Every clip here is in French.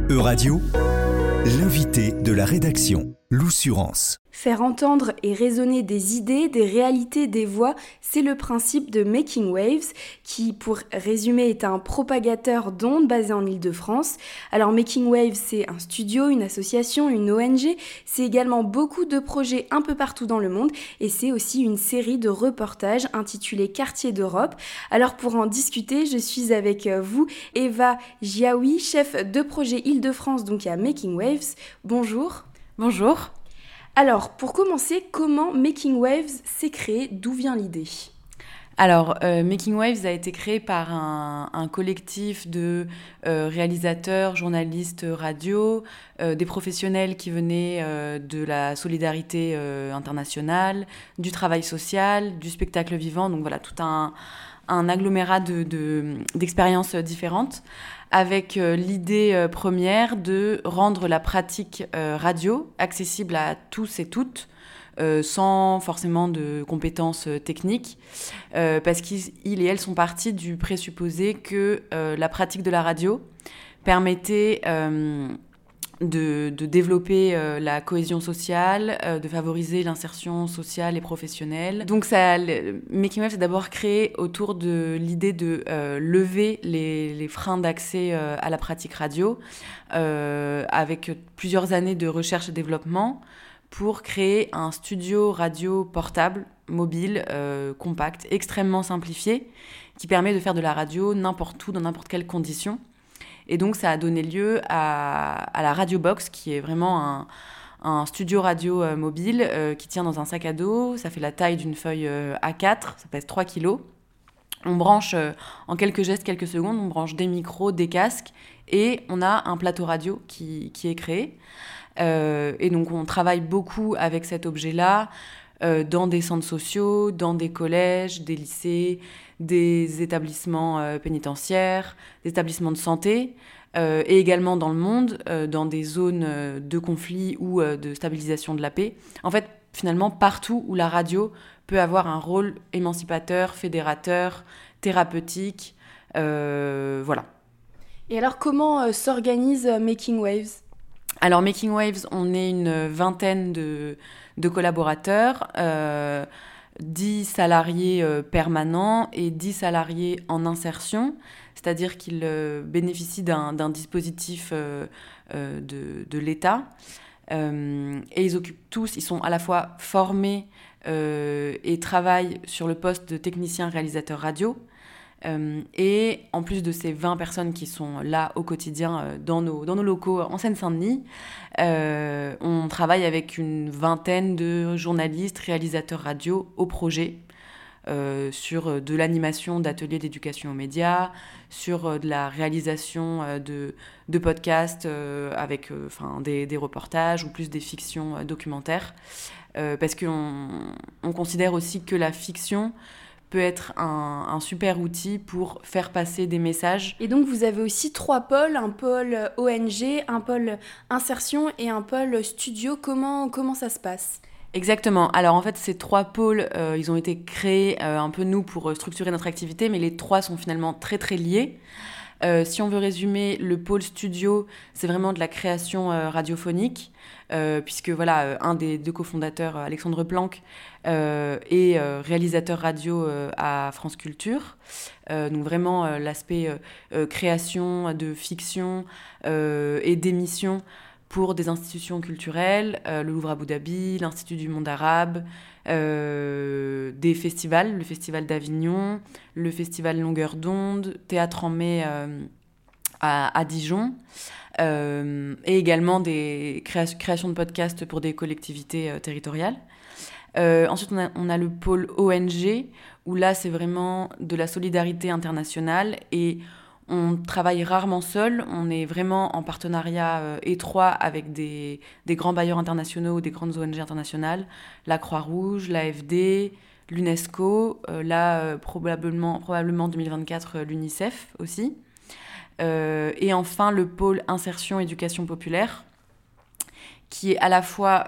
Euradio, l'invité de la rédaction, l'Oussurance. Faire entendre et résonner des idées, des réalités, des voix, c'est le principe de Making Waves, qui, pour résumer, est un propagateur d'ondes basé en Île-de-France. Alors Making Waves, c'est un studio, une association, une ONG, c'est également beaucoup de projets un peu partout dans le monde, et c'est aussi une série de reportages intitulés Quartiers d'Europe. Alors pour en discuter, je suis avec vous, Eva Giaoui, chef de projet Île-de-France, donc à Making Waves. Bonjour. Bonjour. Alors, pour commencer, comment Making Waves s'est créé ? D'où vient l'idée ? Alors, Making Waves a été créé par un collectif de réalisateurs, journalistes radio, des professionnels qui venaient de la solidarité internationale, du travail social, du spectacle vivant, donc voilà, tout un agglomérat d'expériences différentes, avec l'idée première de rendre la pratique radio accessible à tous et toutes, sans forcément de compétences techniques, parce qu'ils et elles sont partis du présupposé que la pratique de la radio permettait de développer la cohésion sociale, de favoriser l'insertion sociale et professionnelle. Donc Making Waves est d'abord créé autour de l'idée de lever les freins d'accès à la pratique radio, avec plusieurs années de recherche et développement, pour créer un studio radio portable, mobile, compact, extrêmement simplifié, qui permet de faire de la radio n'importe où, dans n'importe quelles conditions. Et donc, ça a donné lieu à la Radio Box, qui est vraiment un studio radio mobile qui tient dans un sac à dos. Ça fait la taille d'une feuille A4, ça pèse 3 kilos. On branche, en quelques gestes, quelques secondes, on branche des micros, des casques, et on a un plateau radio qui est créé. Et donc, on travaille beaucoup avec cet objet-là, dans des centres sociaux, dans des collèges, des lycées, des établissements pénitentiaires, des établissements de santé, et également dans le monde, dans des zones de conflit ou de stabilisation de la paix. En fait, finalement, partout où la radio peut avoir un rôle émancipateur, fédérateur, thérapeutique, voilà. Et alors, comment s'organise Making Waves ? Alors, Making Waves, on est une vingtaine de collaborateurs, 10 salariés permanents et 10 salariés en insertion, c'est-à-dire qu'ils bénéficient d'un dispositif de l'État. Et ils sont à la fois formés et travaillent sur le poste de technicien réalisateur radio. Et en plus de ces 20 personnes qui sont là au quotidien dans nos locaux en Seine-Saint-Denis, on travaille avec une vingtaine de journalistes, réalisateurs radio au projet, sur de l'animation d'ateliers d'éducation aux médias, sur de la réalisation de podcasts avec des reportages ou plus des fictions documentaires, parce qu'on considère aussi que la fiction peut être un super outil pour faire passer des messages. Et donc, vous avez aussi 3 pôles, un pôle ONG, un pôle insertion et un pôle studio. Comment ça se passe ? Exactement. Alors, en fait, ces 3 pôles, ils ont été créés un peu, nous, pour structurer notre activité, mais les 3 sont finalement très, très liés. Si on veut résumer, le pôle studio, c'est vraiment de la création radiophonique, puisque voilà, un des 2 cofondateurs, Alexandre Planck, est réalisateur radio à France Culture. Donc vraiment l'aspect création de fiction et d'émissions pour des institutions culturelles, le Louvre Abu Dhabi, l'Institut du monde arabe, des festivals, le Festival d'Avignon, le Festival Longueur d'onde, Théâtre en mai à Dijon, et également des créations de podcasts pour des collectivités territoriales. Ensuite, on a le pôle ONG, où là, c'est vraiment de la solidarité internationale et on travaille rarement seul, on est vraiment en partenariat étroit avec des grands bailleurs internationaux ou des grandes ONG internationales, la Croix-Rouge, l'AFD, l'UNESCO, probablement 2024 l'UNICEF aussi. Et enfin, le pôle insertion éducation populaire, qui est à la fois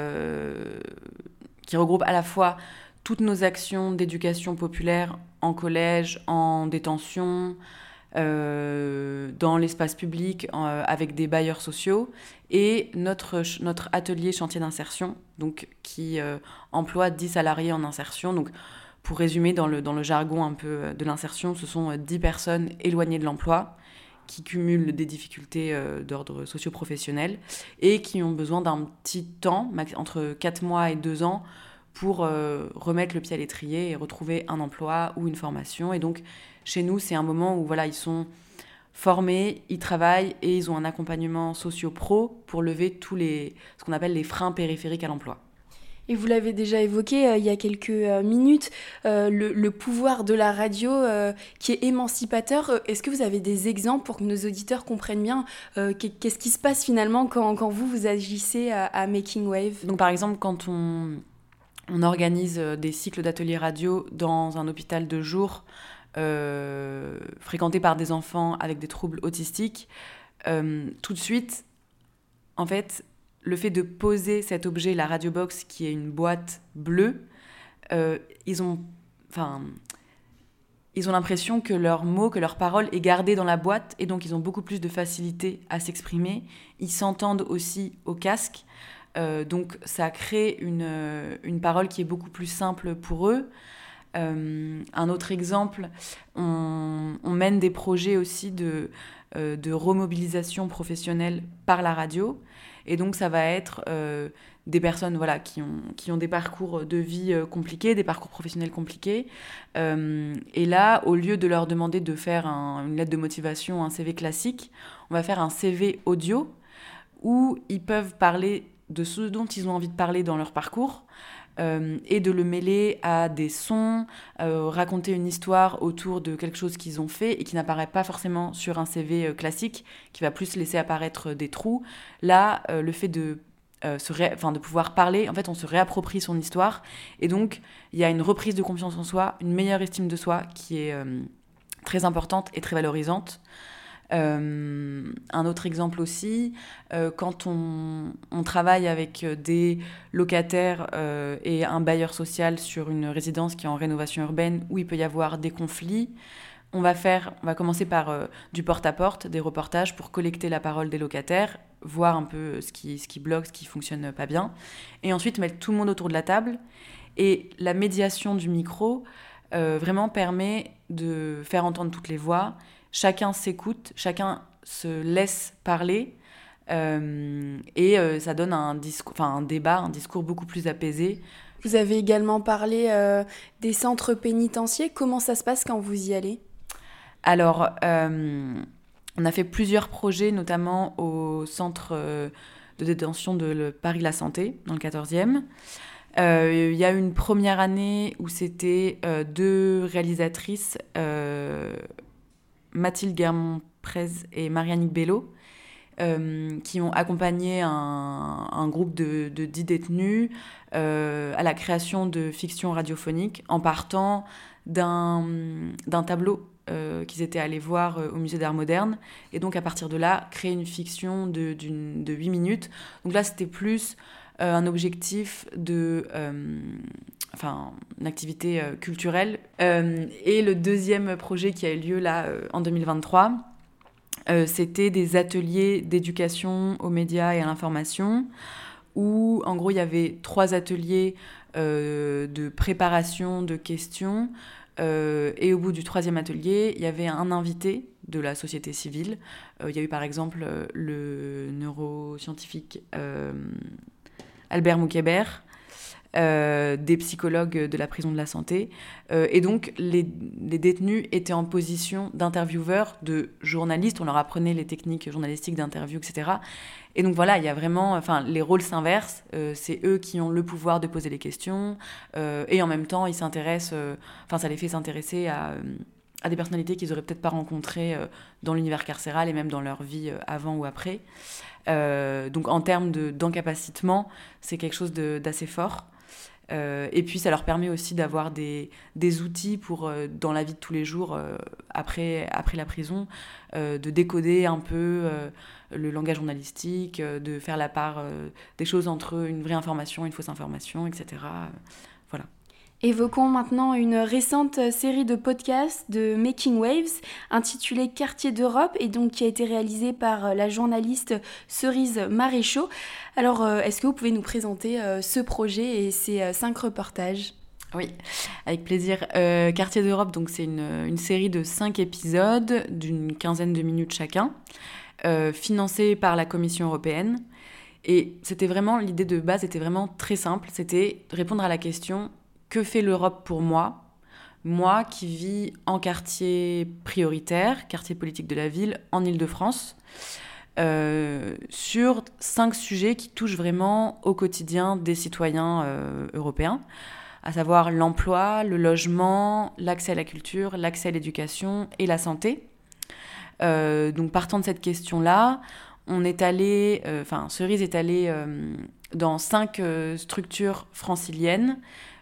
qui regroupe à la fois toutes nos actions d'éducation populaire en collège, en détention, dans l'espace public avec des bailleurs sociaux, et notre atelier chantier d'insertion, donc, qui emploie 10 salariés en insertion. Donc, pour résumer, dans le jargon un peu de l'insertion, ce sont 10 personnes éloignées de l'emploi qui cumulent des difficultés d'ordre socio-professionnel et qui ont besoin d'un petit temps, entre 4 mois et 2 ans, pour remettre le pied à l'étrier et retrouver un emploi ou une formation. Et donc, chez nous, c'est un moment où voilà, ils sont formés, ils travaillent et ils ont un accompagnement socio-pro pour lever ce qu'on appelle les freins périphériques à l'emploi. Et vous l'avez déjà évoqué il y a quelques minutes, le pouvoir de la radio qui est émancipateur. Est-ce que vous avez des exemples pour que nos auditeurs comprennent bien qu'est-ce qui se passe finalement quand vous agissez à Making Wave ? Donc par exemple, quand on organise des cycles d'ateliers radio dans un hôpital de jour fréquenté par des enfants avec des troubles autistiques, tout de suite, en fait, le fait de poser cet objet, la radio box, qui est une boîte bleue, ils ont l'impression que leurs mots, que leur parole est gardée dans la boîte, et donc ils ont beaucoup plus de facilité à s'exprimer. Ils s'entendent aussi au casque, donc ça crée une parole qui est beaucoup plus simple pour eux. Un autre exemple, on mène des projets aussi de remobilisation professionnelle par la radio. Et donc, ça va être des personnes voilà, qui ont des parcours de vie compliqués, des parcours professionnels compliqués. Et là, au lieu de leur demander de faire une lettre de motivation, un CV classique, on va faire un CV audio où ils peuvent parler de ce dont ils ont envie de parler dans leur parcours, et de le mêler à des sons, raconter une histoire autour de quelque chose qu'ils ont fait et qui n'apparaît pas forcément sur un CV classique, qui va plus laisser apparaître des trous. Là, le fait de pouvoir parler, en fait, on se réapproprie son histoire, et donc il y a une reprise de confiance en soi, une meilleure estime de soi qui est très importante et très valorisante. Un autre exemple aussi, quand on travaille avec des locataires et un bailleur social sur une résidence qui est en rénovation urbaine où il peut y avoir des conflits, on va commencer par du porte-à-porte, des reportages pour collecter la parole des locataires, voir un peu ce qui bloque, ce qui fonctionne pas bien, et ensuite mettre tout le monde autour de la table. Et la médiation du micro vraiment permet de faire entendre toutes les voix. Chacun s'écoute, chacun se laisse parler, et ça donne un débat, un discours beaucoup plus apaisé. Vous avez également parlé des centres pénitentiaires. Comment ça se passe quand vous y allez ? Alors, on a fait plusieurs projets, notamment au centre de détention de Paris-La Santé, dans le 14e. Il y a eu une première année où c'était 2 réalisatrices, Mathilde Guermont-Prez et Marianne Bello, qui ont accompagné un groupe de 10 détenus à la création de fiction radiophonique en partant d'un tableau qu'ils étaient allés voir au Musée d'Art Moderne, et donc à partir de là, créer une fiction de 8 minutes. Donc là, c'était plus un objectif une activité culturelle. Et le deuxième projet qui a eu lieu là en 2023, c'était des ateliers d'éducation aux médias et à l'information, où en gros il y avait 3 ateliers de préparation de questions, et au bout du 3e atelier, il y avait un invité de la société civile. Il y a eu par exemple le neuroscientifique Albert Moukébert, des psychologues de la prison de la Santé. Et donc, les détenus étaient en position d'intervieweurs, de journalistes. On leur apprenait les techniques journalistiques d'interview, etc. Et donc voilà, il y a vraiment... les rôles s'inversent. C'est eux qui ont le pouvoir de poser les questions. Et en même temps, ils s'intéressent... ça les fait s'intéresser à des personnalités qu'ils n'auraient peut-être pas rencontrées dans l'univers carcéral et même dans leur vie avant ou après. Donc en termes d'encapacitement, c'est quelque chose d'assez fort. Et puis ça leur permet aussi d'avoir des outils pour, dans la vie de tous les jours, après la prison, de décoder un peu le langage journalistique, de faire la part des choses entre une vraie information et une fausse information, etc. Voilà. Évoquons maintenant une récente série de podcasts de Making Waves intitulée Quartier d'Europe et donc qui a été réalisée par la journaliste Cerise Maréchaux. Alors, est-ce que vous pouvez nous présenter ce projet et ces 5 reportages ? Oui, avec plaisir. Quartier d'Europe, donc c'est une série de 5 épisodes d'une quinzaine de minutes chacun, financée par la Commission européenne. Et c'était vraiment, l'idée de base était vraiment très simple, c'était de répondre à la question « Que fait l'Europe pour moi ?» Moi qui vis en quartier prioritaire, quartier politique de la ville, en Île-de-France, sur 5 sujets qui touchent vraiment au quotidien des citoyens européens, à savoir l'emploi, le logement, l'accès à la culture, l'accès à l'éducation et la santé. Donc partant de cette question-là, Cerise est allée dans 5 structures franciliennes,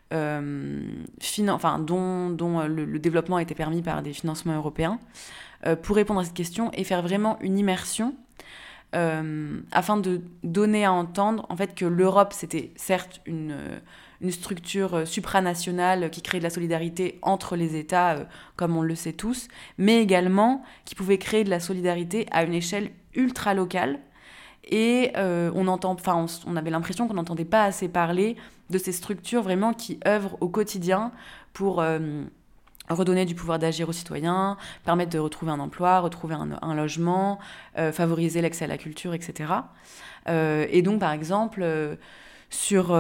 dont le développement a été permis par des financements européens, pour répondre à cette question et faire vraiment une immersion afin de donner à entendre en fait que l'Europe, c'était certes une structure supranationale qui crée de la solidarité entre les États, comme on le sait tous, mais également qui pouvait créer de la solidarité à une échelle ultra locale. Et on avait l'impression qu'on n'entendait pas assez parler de ces structures vraiment qui œuvrent au quotidien pour redonner du pouvoir d'agir aux citoyens, permettre de retrouver un emploi, retrouver un logement, favoriser l'accès à la culture, etc. Et donc, par exemple, sur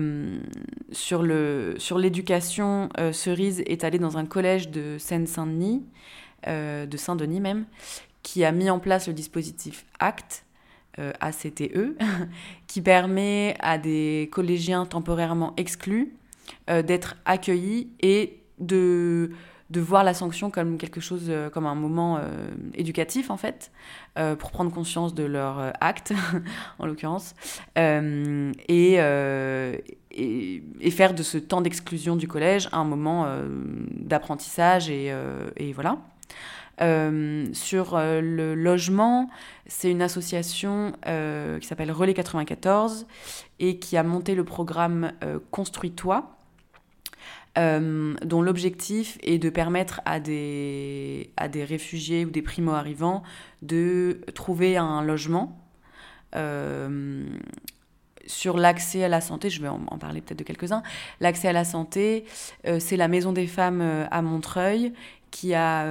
l'éducation, Cerise est allée dans un collège de Seine-Saint-Denis, de Saint-Denis même, qui a mis en place le dispositif ACTE, ACTE, qui permet à des collégiens temporairement exclus d'être accueillis et de voir la sanction comme quelque chose, comme un moment éducatif en fait, pour prendre conscience de leur acte, en l'occurrence, et faire de ce temps d'exclusion du collège un moment d'apprentissage et voilà. Sur le logement, c'est une association qui s'appelle Relais 94 et qui a monté le programme Construis-toi, dont l'objectif est de permettre à des réfugiés ou des primo-arrivants de trouver un logement. Sur l'accès à la santé, je vais en parler peut-être de quelques-uns. L'accès à la santé, c'est la Maison des femmes à Montreuil qui a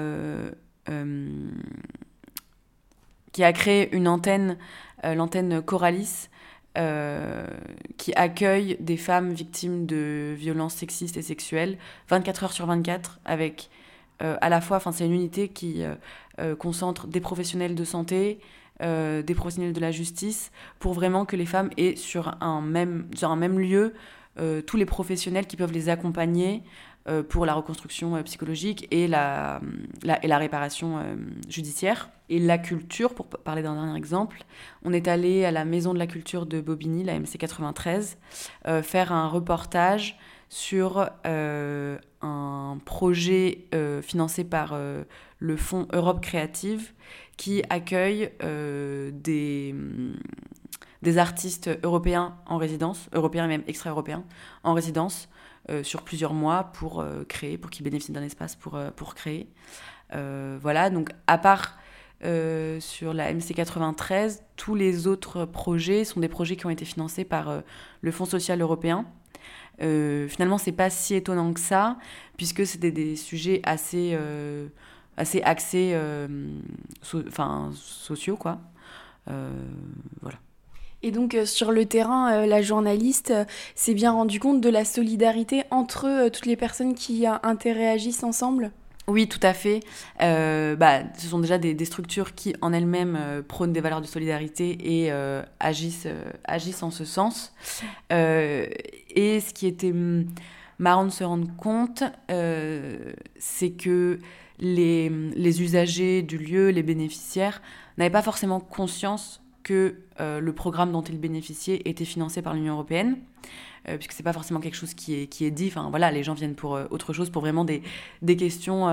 créé une antenne, l'antenne Coralis, qui accueille des femmes victimes de violences sexistes et sexuelles 24 heures sur 24 avec à la fois, c'est une unité qui concentre des professionnels de santé, des professionnels de la justice, pour vraiment que les femmes aient sur un même lieu tous les professionnels qui peuvent les accompagner pour la reconstruction psychologique et la réparation judiciaire. Et la culture, pour parler d'un dernier exemple, on est allé à la Maison de la Culture de Bobigny, la MC 93, faire un reportage sur un projet financé par le Fonds Europe Créative qui accueille des artistes européens en résidence, européens et même extra-européens, en résidence, sur plusieurs mois pour créer, pour qu'ils bénéficient d'un espace pour créer. Voilà, donc à part sur la MC 93, tous les autres projets sont des projets qui ont été financés par le Fonds social européen. Finalement, c'est pas si étonnant que ça, puisque c'était des sujets assez axés sociaux, quoi. Voilà. Et donc, sur le terrain, la journaliste s'est bien rendu compte de la solidarité entre toutes les personnes qui interagissent ensemble ? Oui, tout à fait. Ce sont déjà des structures qui, en elles-mêmes, prônent des valeurs de solidarité et agissent en ce sens. Et ce qui était marrant de se rendre compte, c'est que les usagers du lieu, les bénéficiaires, n'avaient pas forcément conscience que le programme dont ils bénéficiaient était financé par l'Union européenne, puisque c'est pas forcément quelque chose qui est dit. Enfin voilà, les gens viennent pour autre chose, pour vraiment des questions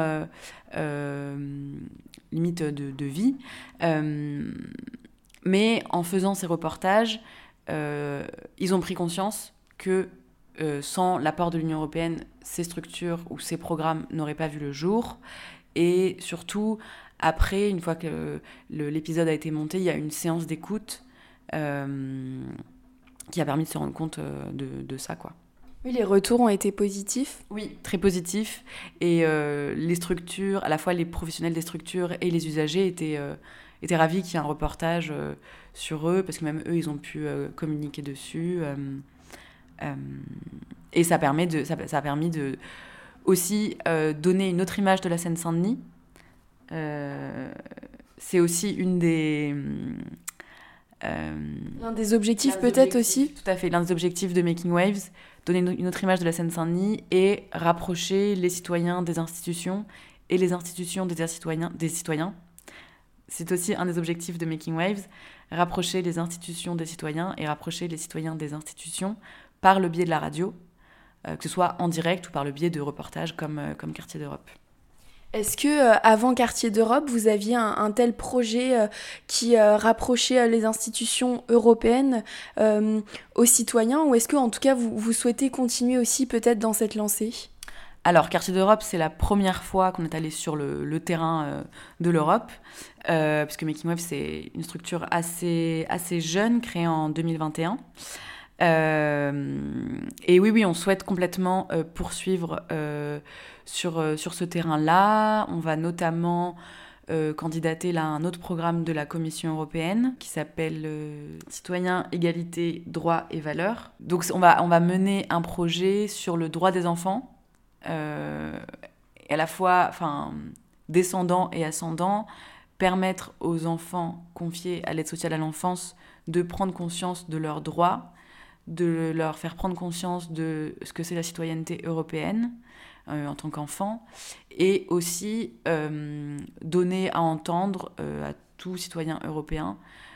limite de vie. Mais en faisant ces reportages, ils ont pris conscience que sans l'apport de l'Union européenne, ces structures ou ces programmes n'auraient pas vu le jour. Et surtout, après, une fois que l'épisode a été monté, il y a une séance d'écoute qui a permis de se rendre compte de ça, quoi. Oui, les retours ont été positifs. Oui, très positifs. Et les structures, à la fois les professionnels des structures et les usagers étaient ravis qu'il y ait un reportage sur eux, parce que même eux, ils ont pu communiquer dessus. Et ça a permis de aussi donner une autre image de la Seine-Saint-Denis. C'est aussi l'un des objectifs peut-être aussi. Tout à fait, l'un des objectifs de Making Waves, donner une autre image de la Seine-Saint-Denis et rapprocher les citoyens des institutions et les institutions des citoyens. C'est aussi un des objectifs de Making Waves, rapprocher les institutions des citoyens et rapprocher les citoyens des institutions par le biais de la radio, que ce soit en direct ou par le biais de reportages comme Quartier d'Europe. Est-ce que avant Quartier d'Europe, vous aviez un tel projet qui rapprochait les institutions européennes aux citoyens, ou est-ce que en tout cas vous souhaitez continuer aussi peut-être dans cette lancée ? Alors, Quartier d'Europe, c'est la première fois qu'on est allé sur le terrain de l'Europe, puisque Making Waves, c'est une structure assez jeune, créée en 2021. Et oui, on souhaite complètement poursuivre sur ce terrain-là. On va notamment candidater là à un autre programme de la Commission européenne qui s'appelle Citoyens, Égalité, Droits et Valeurs. Donc on va mener un projet sur le droit des enfants, et à la fois descendant et ascendant, permettre aux enfants confiés à l'aide sociale à l'enfance de prendre conscience de leurs droits, de leur faire prendre conscience de ce que c'est la citoyenneté européenne en tant qu'enfant, et aussi donner à entendre à tout citoyen européen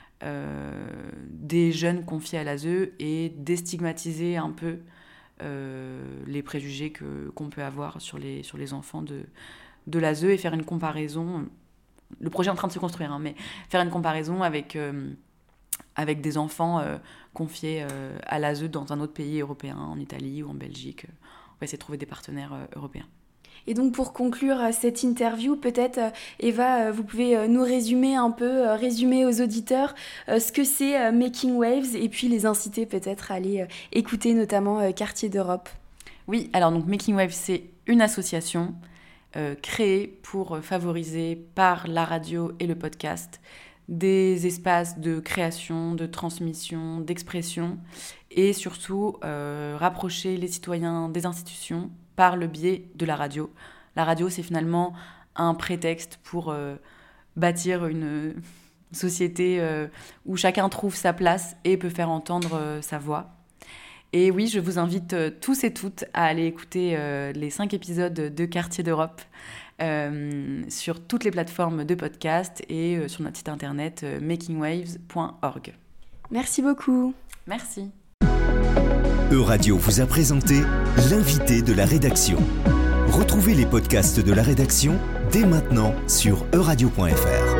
des jeunes confiés à l'ASE et déstigmatiser un peu les préjugés qu'on peut avoir sur les enfants de l'ASE et faire une comparaison. Le projet est en train de se construire, mais faire une comparaison avec des enfants confiés à l'ASE dans un autre pays européen, en Italie ou en Belgique. On va essayer de trouver des partenaires européens. Et donc pour conclure cette interview, peut-être Eva, vous pouvez nous résumer aux auditeurs ce que c'est Making Waves et puis les inciter peut-être à aller écouter notamment Quartier d'Europe. Oui, alors donc Making Waves, c'est une association créée pour favoriser par la radio et le podcast des espaces de création, de transmission, d'expression et surtout rapprocher les citoyens des institutions par le biais de la radio. La radio, c'est finalement un prétexte pour bâtir une société où chacun trouve sa place et peut faire entendre sa voix. Et oui, je vous invite tous et toutes à aller écouter les 5 épisodes de Quartier d'Europe sur toutes les plateformes de podcast et sur notre site internet makingwaves.org. Merci beaucoup. Merci. Euradio vous a présenté l'invité de la rédaction. Retrouvez les podcasts de la rédaction dès maintenant sur euradio.fr.